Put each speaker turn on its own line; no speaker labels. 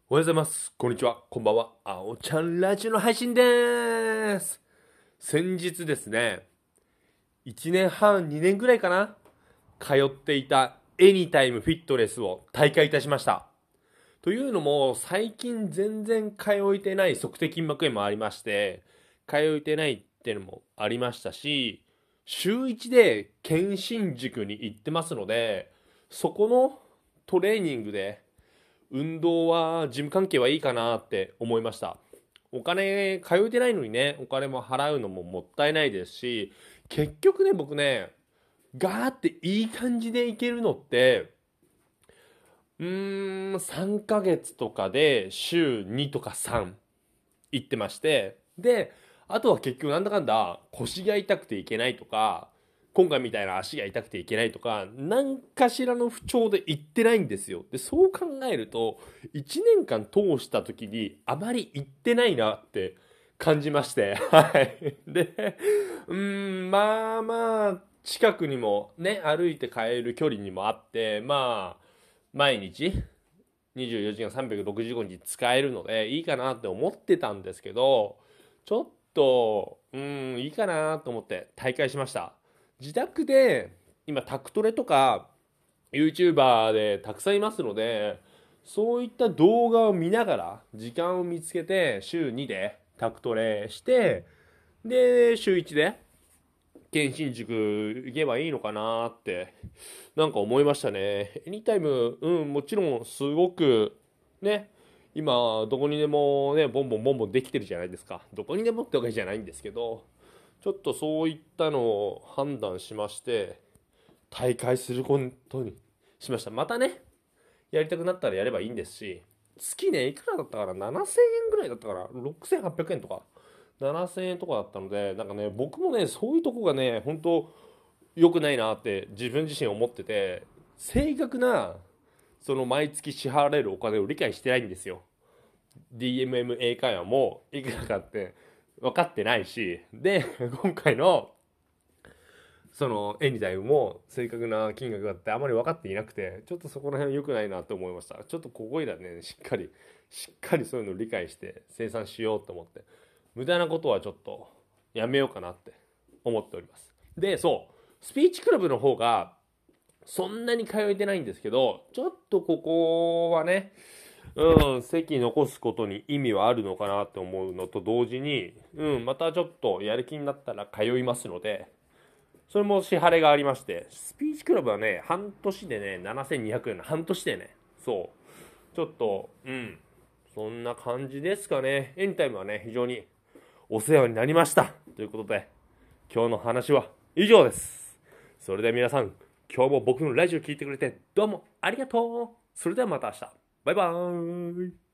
おはようございます。こんにちは。こんばんは。あおちゃんラジオの配信でーす。先日ですね、1年半、2年ぐらいかな、通っていたエニタイムフィットネスを退会いたしました。というのも、最近全然通えてない測定筋膜炎もありまして、通えてないっていうのもありましたし、週1で検診塾に行ってますので、そこのトレーニングで運動は事務関係はいいかなって思いました。お金通えてないのにね、お金も払うのももったいないですし、結局ね、僕ね、ガーっていい感じでいけるのって、3ヶ月とかで週2とか3行ってまして、で、あとは結局なんだかんだ腰が痛くていけないとか、今回みたいな足が痛くていけないとか、何かしらの不調で行ってないんですよ。で、そう考えると、1年間通した時にあまり行ってないなって感じまして、はい。で、まあまあ、近くにもね、歩いて帰る距離にもあって、まあ、毎日24時間365日使えるのでいいかなって思ってたんですけど、ちょっといいかなと思って大会しました。自宅で今タクトレとか YouTuber でたくさんいますので、そういった動画を見ながら時間を見つけて週2でタクトレして、で週1で検診塾行けばいいのかなってなんか思いましたね。エニタイム、もちろんすごくね、今どこにでもね、ボンボンボンボンできてるじゃないですか。どこにでもってわけじゃないんですけど、ちょっとそういったのを判断しまして、大会することにしました。またね、やりたくなったらやればいいんですし、月ね、いくらだったかな？ 7000 円ぐらいだったから、6800円とか、7000円とかだったので、なんかね、僕もね、そういうとこがね、本当良くないなって自分自身思ってて、正確なその毎月支払われるお金を理解してないんですよ。 DMM 英会話もいくらかって分かってないし、で今回のそのエニタイムも正確な金額があってあまり分かっていなくて、ちょっとそこら辺良くないなと思いました。ちょっとここいらね、しっかりそういうのを理解して生産しようと思って、無駄なことはちょっとやめようかなって思っております。で、そうスピーチクラブの方がそんなに通えてないんですけど、ちょっとここはね、席残すことに意味はあるのかなって思うのと同時に、またちょっとやる気になったら通いますので、それも支払いがありまして、スピーチクラブはね、半年でね、7200円の半年でね、そう、ちょっと、そんな感じですかね。エンタイムはね、非常にお世話になりました。ということで、今日の話は以上です。それでは皆さん、今日も僕のラジオ聞いてくれてどうもありがとう。それではまた明日。バイバーイ。